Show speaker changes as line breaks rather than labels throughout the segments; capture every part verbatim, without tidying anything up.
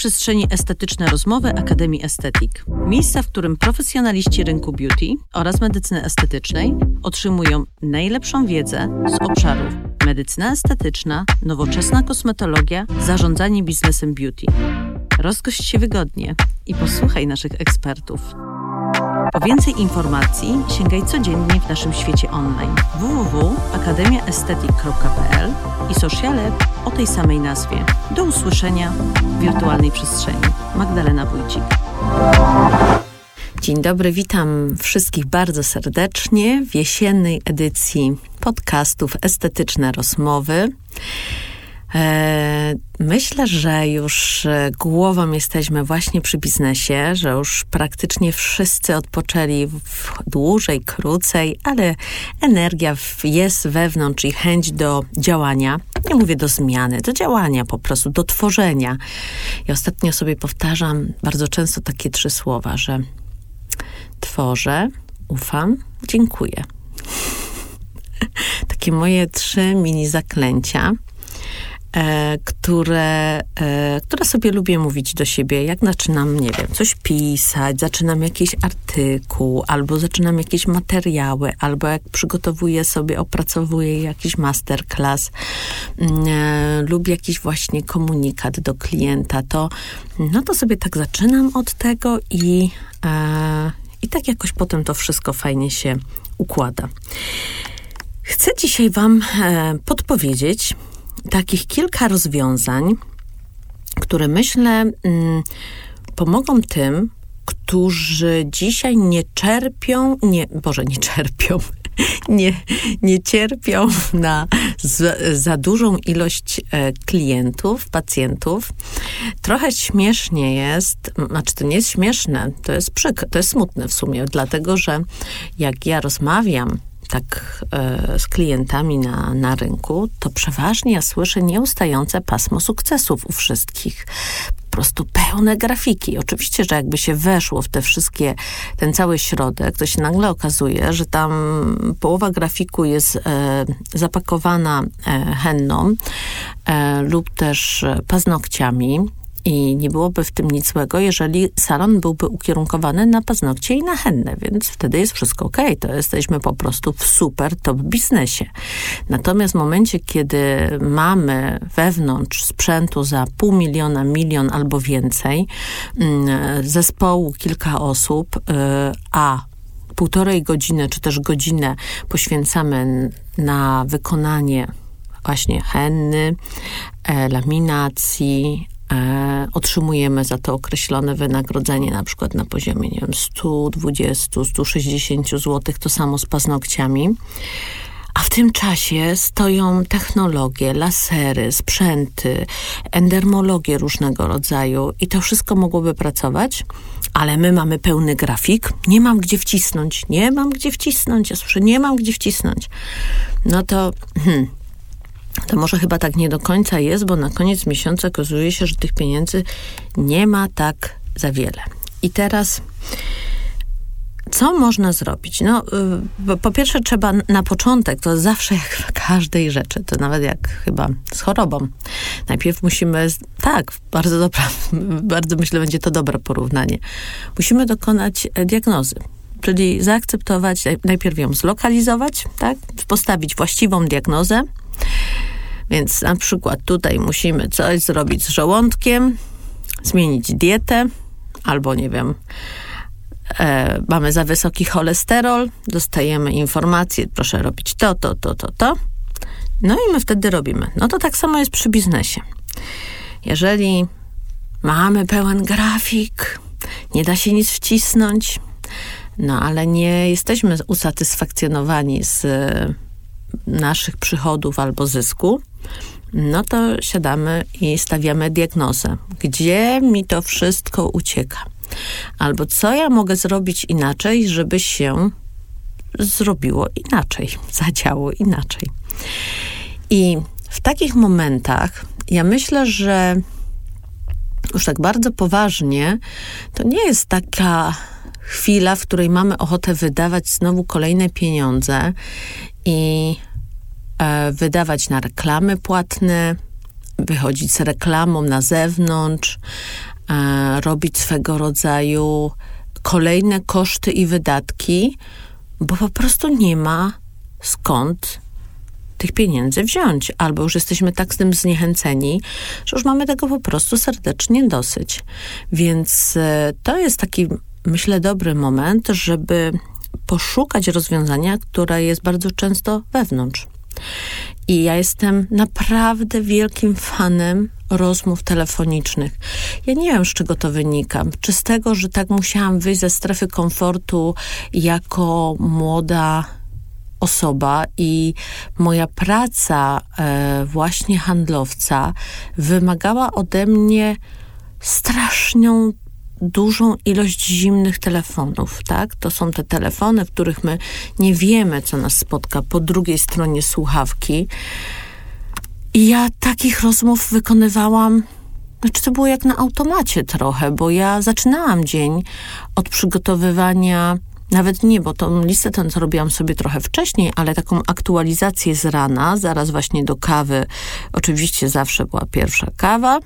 przestrzeni estetyczne rozmowy Akademii Estetyk. Miejsca, w którym profesjonaliści rynku beauty oraz medycyny estetycznej otrzymują najlepszą wiedzę z obszarów medycyna estetyczna, nowoczesna kosmetologia, zarządzanie biznesem beauty. Rozgość się wygodnie i posłuchaj naszych ekspertów. Po więcej informacji sięgaj codziennie w naszym świecie online w w w kropka akademia estetyk kropka p l i sociale o tej samej nazwie. Do usłyszenia w wirtualnej przestrzeni. Magdalena Wójcik. Dzień dobry, witam wszystkich bardzo serdecznie w jesiennej edycji podcastów Estetyczne Rozmowy. Myślę, że już głową jesteśmy właśnie przy biznesie, że już praktycznie wszyscy odpoczęli dłużej, krócej, ale energia jest wewnątrz i chęć do działania. Nie mówię do zmiany, do działania po prostu, do tworzenia. Ja ostatnio sobie powtarzam bardzo często takie trzy słowa, że tworzę, ufam, dziękuję. Takie moje trzy mini zaklęcia, E, które, e, które sobie lubię mówić do siebie, jak zaczynam, nie wiem, coś pisać, zaczynam jakiś artykuł, albo zaczynam jakieś materiały, albo jak przygotowuję sobie, opracowuję jakiś masterclass, e, lub jakiś właśnie komunikat do klienta, to no to sobie tak zaczynam od tego i, e, i tak jakoś potem to wszystko fajnie się układa. Chcę dzisiaj wam e, podpowiedzieć takich kilka rozwiązań, które myślę mm, pomogą tym, którzy dzisiaj nie czerpią, nie, Boże, nie czerpią, nie, nie cierpią na z, za dużą ilość e, klientów, pacjentów. Trochę śmiesznie jest, znaczy to nie jest śmieszne, to jest przykre, to jest smutne w sumie, dlatego że jak ja rozmawiam tak e, z klientami na, na rynku, to przeważnie ja słyszę nieustające pasmo sukcesów u wszystkich. Po prostu pełne grafiki. Oczywiście, że jakby się weszło w te wszystkie, ten cały środek, to się nagle okazuje, że tam połowa grafiku jest e, zapakowana e, henną e, lub też paznokciami. I nie byłoby w tym nic złego, jeżeli salon byłby ukierunkowany na paznokcie i na hennę, więc wtedy jest wszystko okej. Okay. To jesteśmy po prostu w super top biznesie. Natomiast w momencie, kiedy mamy wewnątrz sprzętu za pół miliona, milion albo więcej, zespołu kilka osób, a półtorej godziny czy też godzinę poświęcamy na wykonanie właśnie henny, laminacji, E, otrzymujemy za to określone wynagrodzenie, na przykład na poziomie, nie wiem, sto dwadzieścia, sto sześćdziesiąt złotych, to samo z paznokciami. A w tym czasie stoją technologie, lasery, sprzęty, endermologie różnego rodzaju i to wszystko mogłoby pracować, ale my mamy pełny grafik, nie mam gdzie wcisnąć, nie mam gdzie wcisnąć, ja słyszę, nie mam gdzie wcisnąć. No to... Hmm, to może chyba tak nie do końca jest, bo na koniec miesiąca okazuje się, że tych pieniędzy nie ma tak za wiele. I teraz, co można zrobić? No, po pierwsze trzeba na początek, to zawsze jak w każdej rzeczy, to nawet jak chyba z chorobą. Najpierw musimy, tak, bardzo dobra, bardzo myślę, będzie to dobre porównanie. Musimy dokonać diagnozy. Czyli zaakceptować, najpierw ją zlokalizować, tak? Postawić właściwą diagnozę. Więc na przykład tutaj musimy coś zrobić z żołądkiem, zmienić dietę, albo nie wiem, e, mamy za wysoki cholesterol, dostajemy informację, proszę robić to, to, to, to, to. No i my wtedy robimy. No to tak samo jest przy biznesie. Jeżeli mamy pełen grafik, nie da się nic wcisnąć, no ale nie jesteśmy usatysfakcjonowani z naszych przychodów albo zysku, no to siadamy i stawiamy diagnozę. Gdzie mi to wszystko ucieka? Albo co ja mogę zrobić inaczej, żeby się zrobiło inaczej, zadziało inaczej. I w takich momentach ja myślę, że już tak bardzo poważnie, to nie jest taka chwila, w której mamy ochotę wydawać znowu kolejne pieniądze i e, wydawać na reklamy płatne, wychodzić z reklamą na zewnątrz, e, robić swego rodzaju kolejne koszty i wydatki, bo po prostu nie ma skąd tych pieniędzy wziąć. Albo już jesteśmy tak z tym zniechęceni, że już mamy tego po prostu serdecznie dosyć. Więc e, to jest taki, myślę, dobry moment, żeby poszukać rozwiązania, które jest bardzo często wewnątrz. I ja jestem naprawdę wielkim fanem rozmów telefonicznych. Ja nie wiem, z czego to wynika. Czy z tego, że tak musiałam wyjść ze strefy komfortu jako młoda osoba i moja praca e, właśnie handlowca wymagała ode mnie straszną dużą ilość zimnych telefonów, tak? To są te telefony, w których my nie wiemy, co nas spotka po drugiej stronie słuchawki. I ja takich rozmów wykonywałam, znaczy to było jak na automacie trochę, bo ja zaczynałam dzień od przygotowywania, nawet nie, bo tą listę tę to robiłam sobie trochę wcześniej, ale taką aktualizację z rana, zaraz właśnie do kawy. Oczywiście zawsze była pierwsza kawa.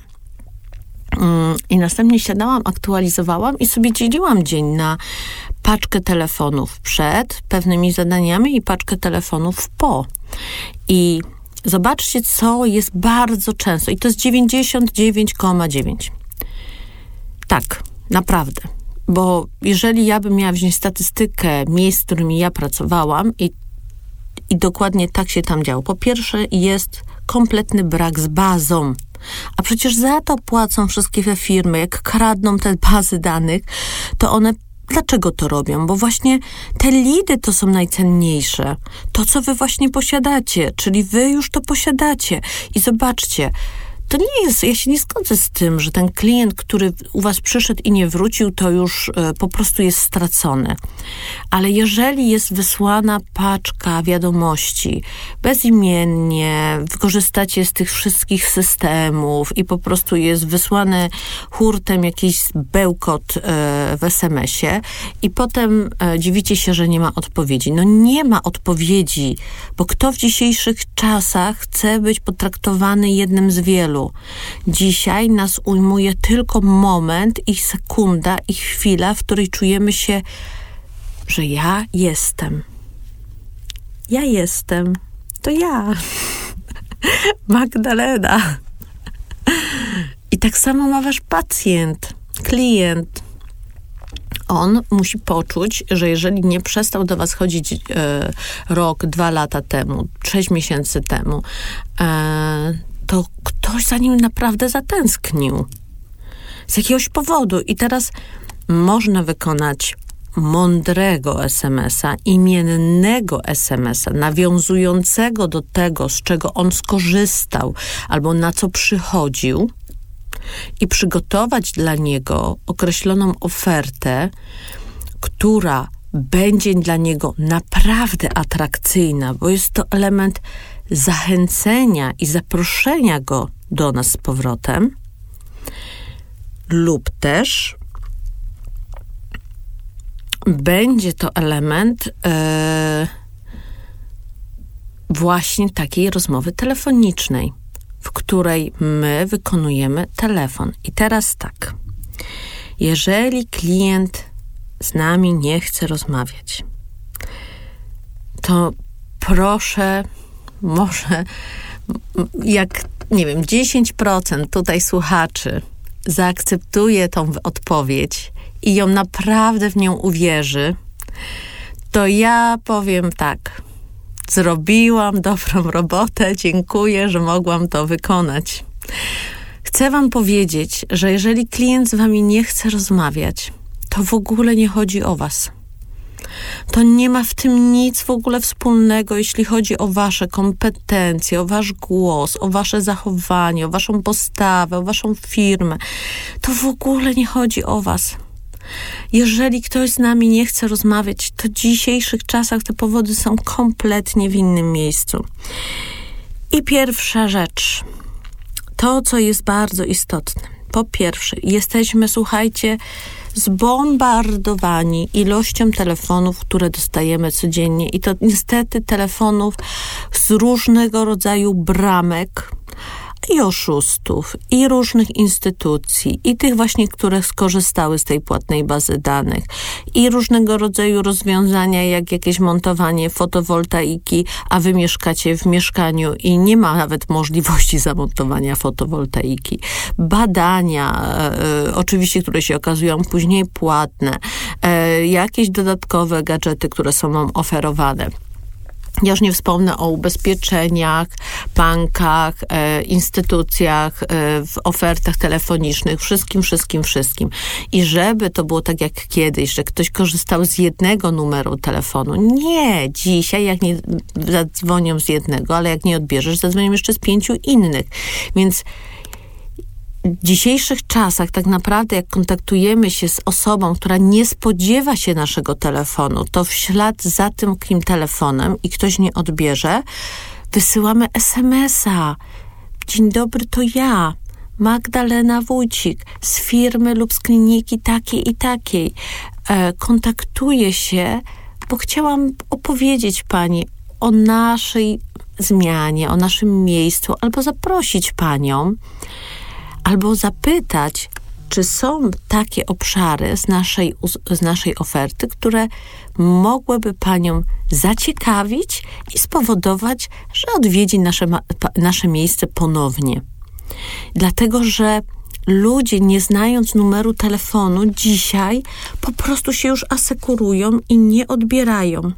I następnie siadałam, aktualizowałam i sobie dzieliłam dzień na paczkę telefonów przed pewnymi zadaniami i paczkę telefonów po. I zobaczcie, co jest bardzo często. I to jest dziewięćdziesiąt dziewięć przecinek dziewięć. Tak, naprawdę. Bo jeżeli ja bym miała wziąć statystykę miejsc, z którymi ja pracowałam i, i dokładnie tak się tam działo. Po pierwsze jest kompletny brak z bazą. A przecież za to płacą wszystkie te firmy, jak kradną te bazy danych, to one dlaczego to robią? Bo właśnie te lidy to są najcenniejsze. To, co wy właśnie posiadacie, czyli wy już to posiadacie. I zobaczcie, to nie jest, ja się nie zgodzę z tym, że ten klient, który u was przyszedł i nie wrócił, to już y, po prostu jest stracony. Ale jeżeli jest wysłana paczka wiadomości bezimiennie, wykorzystacie z tych wszystkich systemów i po prostu jest wysłany hurtem jakiś bełkot y, w es em esie i potem y, dziwicie się, że nie ma odpowiedzi. No nie ma odpowiedzi, bo kto w dzisiejszych czasach chce być potraktowany jednym z wielu? Dzisiaj nas ujmuje tylko moment i sekunda i chwila, w której czujemy się, że ja jestem. Ja jestem. To ja. Magdalena. I tak samo ma wasz pacjent, klient. On musi poczuć, że jeżeli nie przestał do was chodzić e, rok, dwa lata temu, sześć miesięcy temu, e, to ktoś za nim naprawdę zatęsknił. Z jakiegoś powodu. I teraz można wykonać mądrego es emesa, imiennego es emesa, nawiązującego do tego, z czego on skorzystał, albo na co przychodził i przygotować dla niego określoną ofertę, która będzie dla niego naprawdę atrakcyjna, bo jest to element zachęcenia i zaproszenia go do nas z powrotem, lub też będzie to element e, właśnie takiej rozmowy telefonicznej, w której my wykonujemy telefon. I teraz tak, jeżeli klient z nami nie chce rozmawiać, to proszę, może jak, nie wiem, dziesięć procent tutaj słuchaczy zaakceptuje tą odpowiedź i ją naprawdę w nią uwierzy, to ja powiem tak, zrobiłam dobrą robotę, dziękuję, że mogłam to wykonać. Chcę wam powiedzieć, że jeżeli klient z wami nie chce rozmawiać, to w ogóle nie chodzi o was. To nie ma w tym nic w ogóle wspólnego, jeśli chodzi o wasze kompetencje, o wasz głos, o wasze zachowanie, o waszą postawę, o waszą firmę. To w ogóle nie chodzi o was. Jeżeli ktoś z nami nie chce rozmawiać, to w dzisiejszych czasach te powody są kompletnie w innym miejscu. I pierwsza rzecz, to co jest bardzo istotne. Po pierwsze, jesteśmy, słuchajcie, zbombardowani ilością telefonów, które dostajemy codziennie i to niestety telefonów z różnego rodzaju bramek, i oszustów, i różnych instytucji, i tych właśnie, które skorzystały z tej płatnej bazy danych, i różnego rodzaju rozwiązania, jak jakieś montowanie fotowoltaiki, a wy mieszkacie w mieszkaniu i nie ma nawet możliwości zamontowania fotowoltaiki. Badania, e, oczywiście, które się okazują później płatne, e, jakieś dodatkowe gadżety, które są nam oferowane. Ja już nie wspomnę o ubezpieczeniach, bankach, e, instytucjach, e, w ofertach telefonicznych, wszystkim, wszystkim, wszystkim. I żeby to było tak jak kiedyś, że ktoś korzystał z jednego numeru telefonu. Nie, dzisiaj jak nie zadzwonią z jednego, ale jak nie odbierzesz, zadzwonią jeszcze z pięciu innych. Więc w dzisiejszych czasach tak naprawdę jak kontaktujemy się z osobą, która nie spodziewa się naszego telefonu, to w ślad za tym kim telefonem i ktoś nie odbierze, wysyłamy es em es a. Dzień dobry, to ja, Magdalena Wójcik z firmy lub z kliniki takiej i takiej. E, kontaktuję się, bo chciałam opowiedzieć pani o naszej zmianie, o naszym miejscu, albo zaprosić panią, albo zapytać, czy są takie obszary z naszej, z naszej oferty, które mogłyby panią zaciekawić i spowodować, że odwiedzi nasze, nasze miejsce ponownie. Dlatego, że ludzie, nie znając numeru telefonu, dzisiaj po prostu się już asekurują i nie odbierają.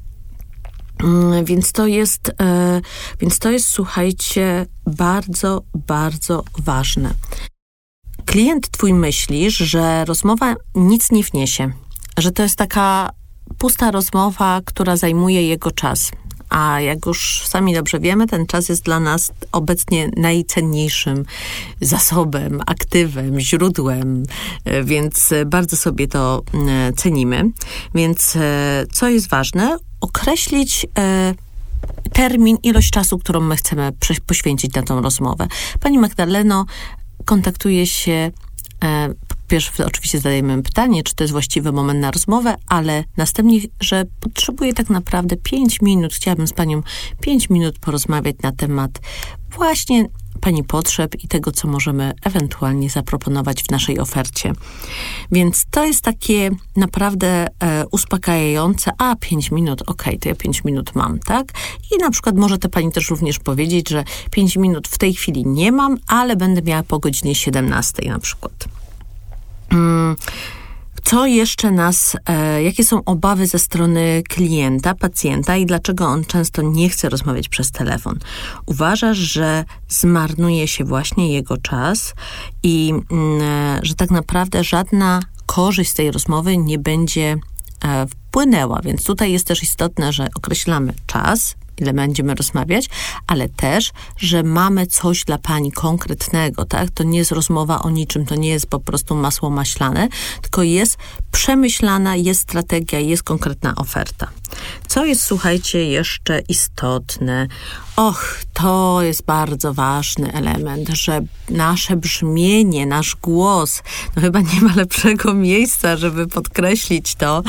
Więc to jest, e, więc to jest, słuchajcie, bardzo, bardzo ważne. Klient twój myśli, że rozmowa nic nie wniesie, że to jest taka pusta rozmowa, która zajmuje jego czas. A jak już sami dobrze wiemy, ten czas jest dla nas obecnie najcenniejszym zasobem, aktywem, źródłem, więc bardzo sobie to cenimy. Więc co jest ważne? Określić e, termin, ilość czasu, którą my chcemy poświęcić na tą rozmowę. Pani Magdaleno, kontaktuje się, e, pierwsze oczywiście zadajemy pytanie, czy to jest właściwy moment na rozmowę, ale następnie, że potrzebuję tak naprawdę pięć minut, chciałabym z panią pięć minut porozmawiać na temat właśnie pani potrzeb i tego, co możemy ewentualnie zaproponować w naszej ofercie. Więc to jest takie naprawdę e, uspokajające, a pięć minut, okej, okay, to ja pięć minut mam, tak? I na przykład może to pani też również powiedzieć, że pięć minut w tej chwili nie mam, ale będę miała po godzinie siedemnastej na przykład. Hmm. Co jeszcze nas, e, jakie są obawy ze strony klienta, pacjenta i dlaczego on często nie chce rozmawiać przez telefon? Uważa, że zmarnuje się właśnie jego czas i mm, że tak naprawdę żadna korzyść z tej rozmowy nie będzie e, wpłynęła. Więc tutaj jest też istotne, że określamy czas, ile będziemy rozmawiać, ale też, że mamy coś dla pani konkretnego, tak? To nie jest rozmowa o niczym, to nie jest po prostu masło maślane, tylko jest przemyślana, jest strategia, jest konkretna oferta. Co jest, słuchajcie, jeszcze istotne? Och, to jest bardzo ważny element, że nasze brzmienie, nasz głos, no chyba nie ma lepszego miejsca, żeby podkreślić to.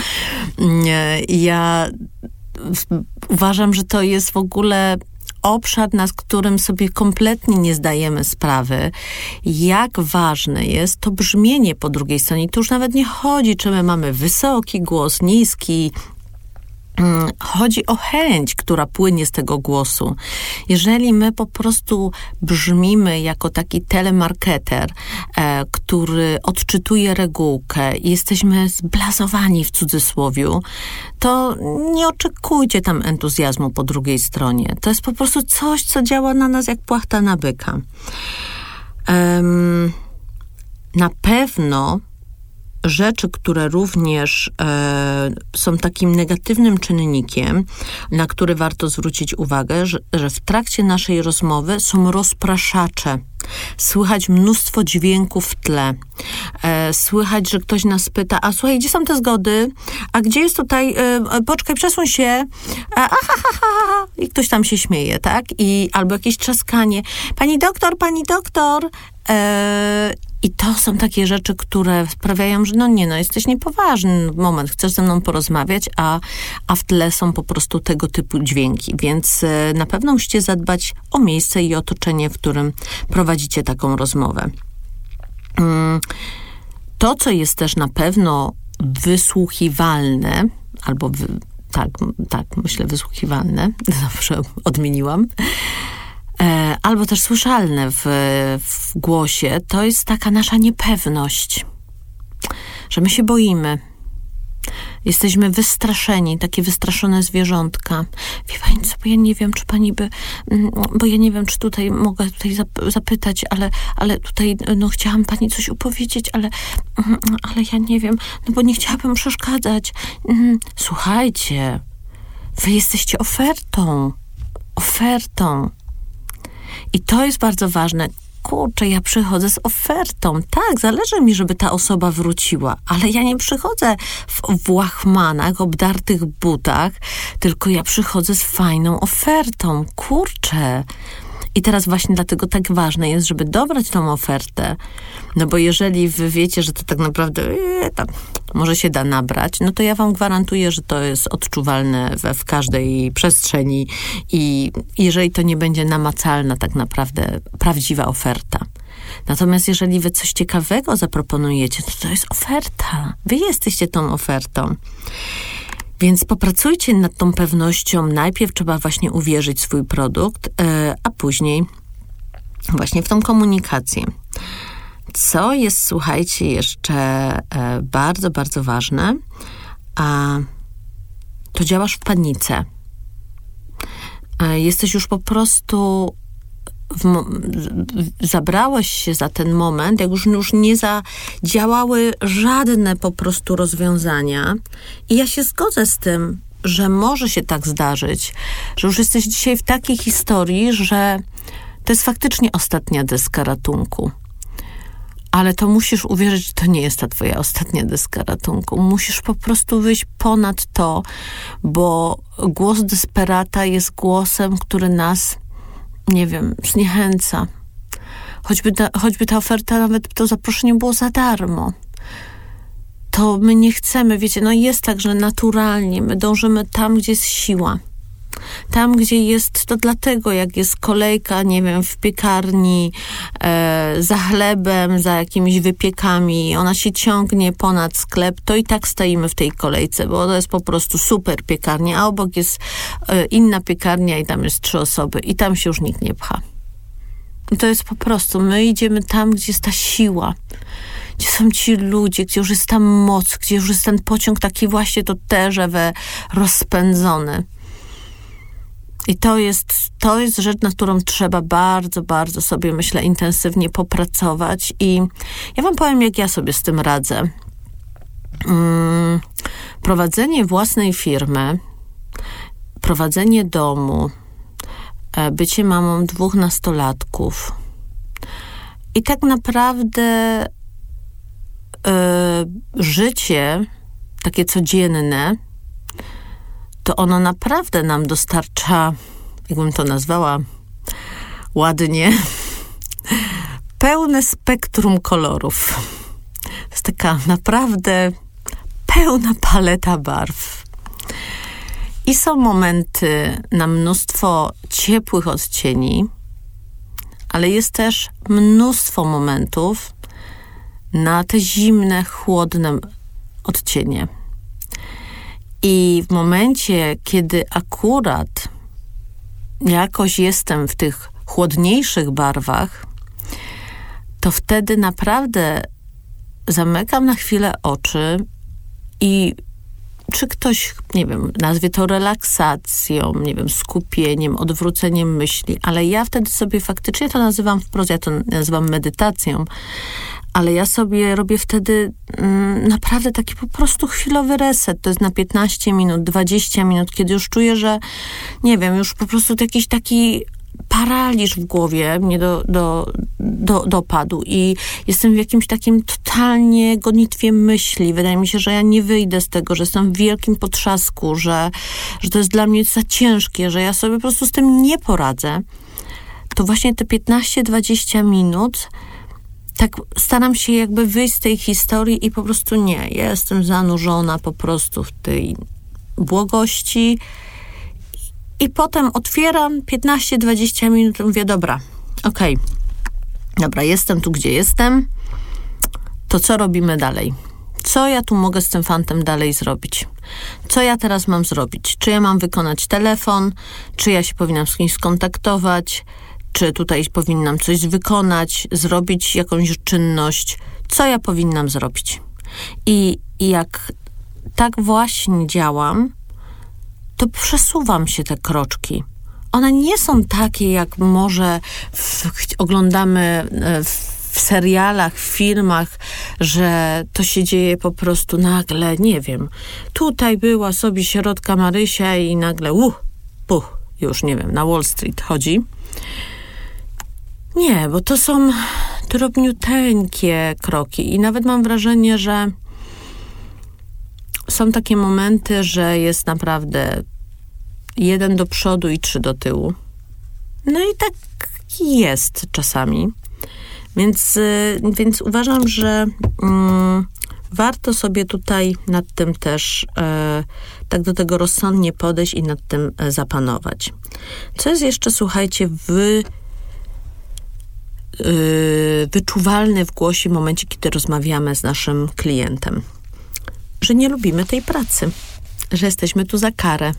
Ja uważam, że to jest w ogóle obszar, nad którym sobie kompletnie nie zdajemy sprawy, jak ważne jest to brzmienie po drugiej stronie. Tu już nawet nie chodzi, czy my mamy wysoki głos, niski. Chodzi o chęć, która płynie z tego głosu. Jeżeli my po prostu brzmimy jako taki telemarketer, e, który odczytuje regułkę i jesteśmy zblazowani w cudzysłowiu, to nie oczekujcie tam entuzjazmu po drugiej stronie. To jest po prostu coś, co działa na nas jak płachta na byka. Um, na pewno rzeczy, które również e, są takim negatywnym czynnikiem, na który warto zwrócić uwagę, że, że w trakcie naszej rozmowy są rozpraszacze. Słychać mnóstwo dźwięków w tle. E, słychać, że ktoś nas pyta, a słuchaj, gdzie są te zgody? A gdzie jest tutaj, e, poczekaj, przesuń się. E, aha, ha, ha. I ktoś tam się śmieje, tak? I albo jakieś trzaskanie. Pani doktor, pani doktor. E, I to są takie rzeczy, które sprawiają, że no nie, no jesteś niepoważny, moment, chcesz ze mną porozmawiać, a, a w tle są po prostu tego typu dźwięki. Więc y, na pewno musicie zadbać o miejsce i otoczenie, w którym prowadzicie taką rozmowę. Y, to, co jest też na pewno wysłuchiwalne, albo wy, tak, tak, myślę wysłuchiwalne, dobrze odmieniłam, e, albo też słyszalne w, w głosie, to jest taka nasza niepewność, że my się boimy. Jesteśmy wystraszeni, takie wystraszone zwierzątka. Wie pani co, bo ja nie wiem, czy pani by, bo ja nie wiem, czy tutaj mogę tutaj zapytać, ale, ale tutaj, no chciałam pani coś opowiedzieć, ale, ale ja nie wiem, no bo nie chciałabym przeszkadzać. Słuchajcie, wy jesteście ofertą. Ofertą. I to jest bardzo ważne. Kurczę, ja przychodzę z ofertą. Tak, zależy mi, żeby ta osoba wróciła, ale ja nie przychodzę w, w łachmanach, obdartych butach, tylko ja przychodzę z fajną ofertą. Kurczę. I teraz właśnie dlatego tak ważne jest, żeby dobrać tą ofertę, no bo jeżeli wy wiecie, że to tak naprawdę ee, tam, może się da nabrać, no to ja wam gwarantuję, że to jest odczuwalne we, w każdej przestrzeni i jeżeli to nie będzie namacalna tak naprawdę prawdziwa oferta. Natomiast jeżeli wy coś ciekawego zaproponujecie, to to jest oferta. Wy jesteście tą ofertą. Więc popracujcie nad tą pewnością. Najpierw trzeba właśnie uwierzyć w swój produkt, a później właśnie w tą komunikację. Co jest, słuchajcie, jeszcze bardzo, bardzo ważne, a to działasz w panice. Jesteś już po prostu W, zabrałeś się za ten moment, jak już, już nie zadziałały żadne po prostu rozwiązania. I ja się zgodzę z tym, że może się tak zdarzyć, że już jesteś dzisiaj w takiej historii, że to jest faktycznie ostatnia deska ratunku. Ale to musisz uwierzyć, że to nie jest ta twoja ostatnia deska ratunku. Musisz po prostu wyjść ponad to, bo głos desperata jest głosem, który nas, nie wiem, zniechęca. Choćby ta, choćby ta oferta, nawet to zaproszenie było za darmo. To my nie chcemy, wiecie, no jest tak, że naturalnie my dążymy tam, gdzie jest siła. Tam, gdzie jest, to dlatego, jak jest kolejka, nie wiem, w piekarni e, za chlebem, za jakimiś wypiekami, ona się ciągnie ponad sklep, to i tak stoimy w tej kolejce, bo to jest po prostu super piekarnia, a obok jest e, inna piekarnia i tam jest trzy osoby i tam się już nikt nie pcha. I to jest po prostu, my idziemy tam, gdzie jest ta siła, gdzie są ci ludzie, gdzie już jest ta moc, gdzie już jest ten pociąg taki właśnie to tężewe, rozpędzony. I to jest, to jest rzecz, nad którą trzeba bardzo, bardzo sobie, myślę, intensywnie popracować. I ja wam powiem, jak ja sobie z tym radzę. Hmm, prowadzenie własnej firmy, prowadzenie domu, bycie mamą dwóch nastolatków i tak naprawdę y, życie takie codzienne, to ono naprawdę nam dostarcza, jakbym to nazwała ładnie, pełne spektrum kolorów. To jest taka naprawdę pełna paleta barw. I są momenty na mnóstwo ciepłych odcieni, ale jest też mnóstwo momentów na te zimne, chłodne odcienie. I w momencie, kiedy akurat jakoś jestem w tych chłodniejszych barwach, to wtedy naprawdę zamykam na chwilę oczy i czy ktoś, nie wiem, nazwie to relaksacją, nie wiem, skupieniem, odwróceniem myśli, ale ja wtedy sobie faktycznie to nazywam wprost, ja to nazywam medytacją, ale ja sobie robię wtedy mm, naprawdę taki po prostu chwilowy reset. To jest na piętnaście minut, dwadzieścia minut, kiedy już czuję, że nie wiem, już po prostu jakiś taki paraliż w głowie mnie do, do, do, dopadł i jestem w jakimś takim totalnie gonitwie myśli. Wydaje mi się, że ja nie wyjdę z tego, że jestem w wielkim potrzasku, że, że to jest dla mnie za ciężkie, że ja sobie po prostu z tym nie poradzę. To właśnie te piętnaście dwadzieścia minut tak staram się jakby wyjść z tej historii i po prostu nie. Ja jestem zanurzona po prostu w tej błogości i potem otwieram piętnaście dwadzieścia minut i mówię, dobra, okej, okay, dobra, jestem tu, gdzie jestem, to co robimy dalej? Co ja tu mogę z tym fantem dalej zrobić? Co ja teraz mam zrobić? Czy ja mam wykonać telefon? Czy ja się powinnam z kimś skontaktować? Czy tutaj powinnam coś wykonać? Zrobić jakąś czynność? Co ja powinnam zrobić? I, i jak tak właśnie działam, to przesuwam się te kroczki. One nie są takie, jak może w, oglądamy w w serialach, w filmach, że to się dzieje po prostu nagle, nie wiem, tutaj była sobie środka Marysia i nagle uh, puch, już nie wiem, na Wall Street chodzi. Nie, bo to są drobniuteńkie kroki i nawet mam wrażenie, że są takie momenty, że jest naprawdę jeden do przodu i trzy do tyłu. No i tak jest czasami. Więc, więc uważam, że mm, warto sobie tutaj nad tym też e, tak do tego rozsądnie podejść i nad tym e, zapanować. Co jest jeszcze, słuchajcie, wy, yy, wyczuwalne w głosie w momencie, kiedy rozmawiamy z naszym klientem? Że nie lubimy tej pracy, że jesteśmy tu za karę.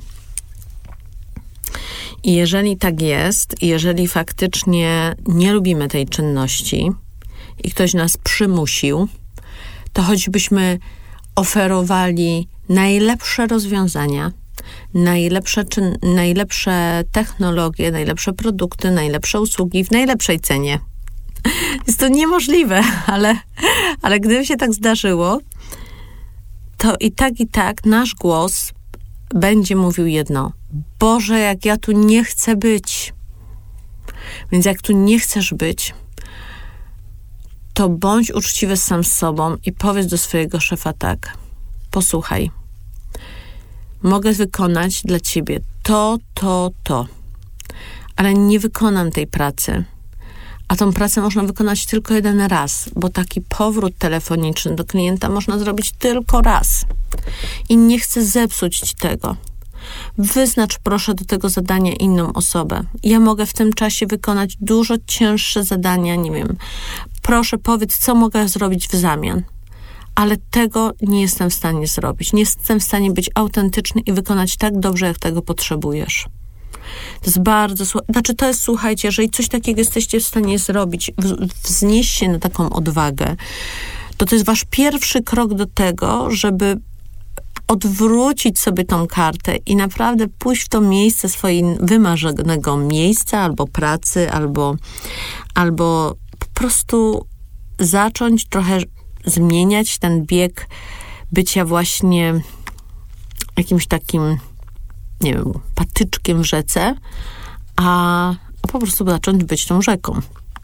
I jeżeli tak jest, jeżeli faktycznie nie lubimy tej czynności i ktoś nas przymusił, to choćbyśmy oferowali najlepsze rozwiązania, najlepsze, czyn- najlepsze technologie, najlepsze produkty, najlepsze usługi w najlepszej cenie. Jest to niemożliwe, ale, ale gdyby się tak zdarzyło, to i tak, i tak nasz głos będzie mówił jedno. Boże, jak ja tu nie chcę być. Więc jak tu nie chcesz być, to bądź uczciwy sam z sobą i powiedz do swojego szefa tak. Posłuchaj, mogę wykonać dla ciebie to, to, to, ale nie wykonam tej pracy. A tą pracę można wykonać tylko jeden raz, bo taki powrót telefoniczny do klienta można zrobić tylko raz. I nie chcę zepsuć ci tego. Wyznacz proszę do tego zadania inną osobę. Ja mogę w tym czasie wykonać dużo cięższe zadania, nie wiem. Proszę powiedz, co mogę zrobić w zamian. Ale tego nie jestem w stanie zrobić. Nie jestem w stanie być autentyczny i wykonać tak dobrze, jak tego potrzebujesz. To jest bardzo... Znaczy to jest, słuchajcie, jeżeli coś takiego jesteście w stanie zrobić, wznieść się na taką odwagę, to to jest wasz pierwszy krok do tego, żeby odwrócić sobie tą kartę i naprawdę pójść w to miejsce swojego wymarzonego miejsca, albo pracy, albo, albo po prostu zacząć trochę zmieniać ten bieg bycia właśnie jakimś takim, nie wiem, patyczkiem w rzece, a, a po prostu zacząć być tą rzeką.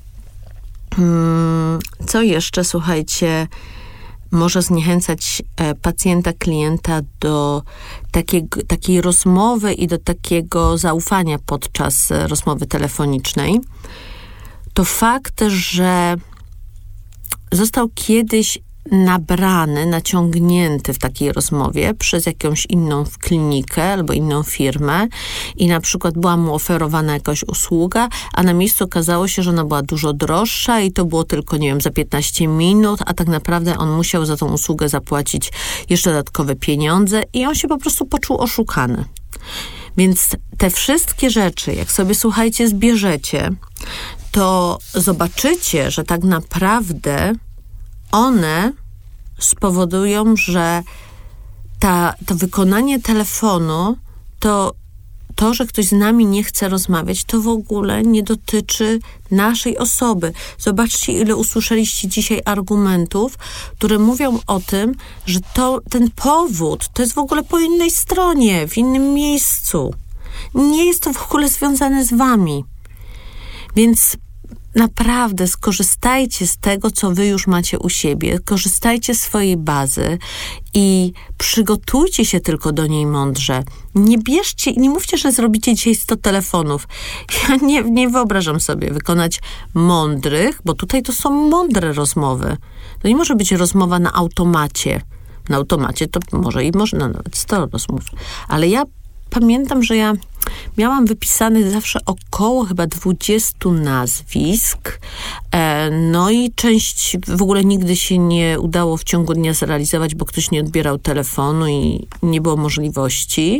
Hmm, co jeszcze, słuchajcie, może zniechęcać pacjenta, klienta do takiego, takiej rozmowy i do takiego zaufania podczas rozmowy telefonicznej, to fakt, że został kiedyś nabrany, naciągnięty w takiej rozmowie przez jakąś inną klinikę albo inną firmę i na przykład była mu oferowana jakaś usługa, a na miejscu okazało się, że ona była dużo droższa i to było tylko, nie wiem, za piętnaście minut, a tak naprawdę on musiał za tą usługę zapłacić jeszcze dodatkowe pieniądze i on się po prostu poczuł oszukany. Więc te wszystkie rzeczy, jak sobie, słuchajcie, zbierzecie, to zobaczycie, że tak naprawdę one spowodują, że ta, to wykonanie telefonu, to to, że ktoś z nami nie chce rozmawiać, to w ogóle nie dotyczy naszej osoby. Zobaczcie, ile usłyszeliście dzisiaj argumentów, które mówią o tym, że to, ten powód to jest w ogóle po innej stronie, w innym miejscu. Nie jest to w ogóle związane z wami. Więc naprawdę skorzystajcie z tego, co wy już macie u siebie, korzystajcie z swojej bazy i przygotujcie się tylko do niej mądrze. Nie bierzcie, nie mówcie, że zrobicie dzisiaj sto telefonów. Ja nie, nie wyobrażam sobie wykonać mądrych, bo tutaj to są mądre rozmowy. To nie może być rozmowa na automacie. Na automacie to może i można nawet sto rozmów. Ale ja pamiętam, że ja miałam wypisanych zawsze około chyba dwudziestu nazwisk, e, no i część w ogóle nigdy się nie udało w ciągu dnia zrealizować, bo ktoś nie odbierał telefonu i nie było możliwości.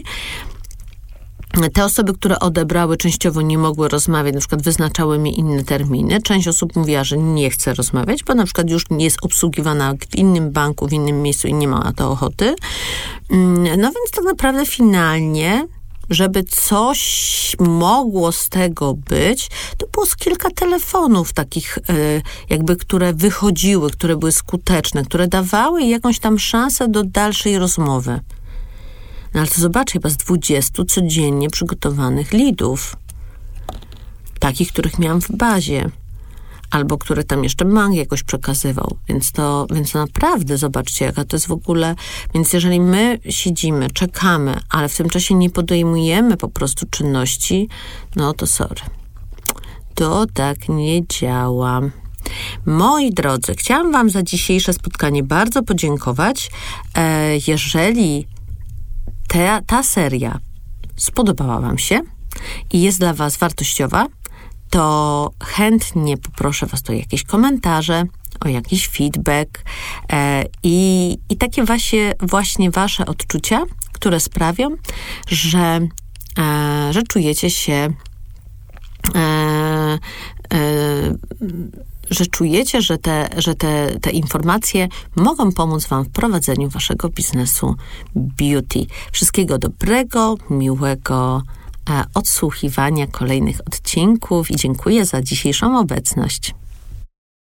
Te osoby, które odebrały, częściowo nie mogły rozmawiać, na przykład wyznaczały mi inne terminy. Część osób mówiła, że nie chce rozmawiać, bo na przykład już nie jest obsługiwana w innym banku, w innym miejscu i nie ma na to ochoty. No więc tak naprawdę finalnie, żeby coś mogło z tego być, to było z kilka telefonów takich jakby, które wychodziły, które były skuteczne, które dawały jakąś tam szansę do dalszej rozmowy. No ale to zobaczcie, chyba z dwudziestu codziennie przygotowanych leadów. Takich, których miałam w bazie. Albo które tam jeszcze bank jakoś przekazywał. Więc to, więc to naprawdę, zobaczcie, jaka to jest w ogóle... Więc jeżeli my siedzimy, czekamy, ale w tym czasie nie podejmujemy po prostu czynności, no to sorry. To tak nie działa. Moi drodzy, chciałam wam za dzisiejsze spotkanie bardzo podziękować. E, jeżeli te, ta seria spodobała wam się i jest dla was wartościowa, to chętnie poproszę was o jakieś komentarze, o jakiś feedback e, i, i takie właśnie, właśnie wasze odczucia, które sprawią, że, e, że czujecie się e, e, że czujecie, że te, że te, te informacje mogą pomóc wam w prowadzeniu waszego biznesu beauty. Wszystkiego dobrego, miłego odsłuchiwania kolejnych odcinków i dziękuję za dzisiejszą obecność.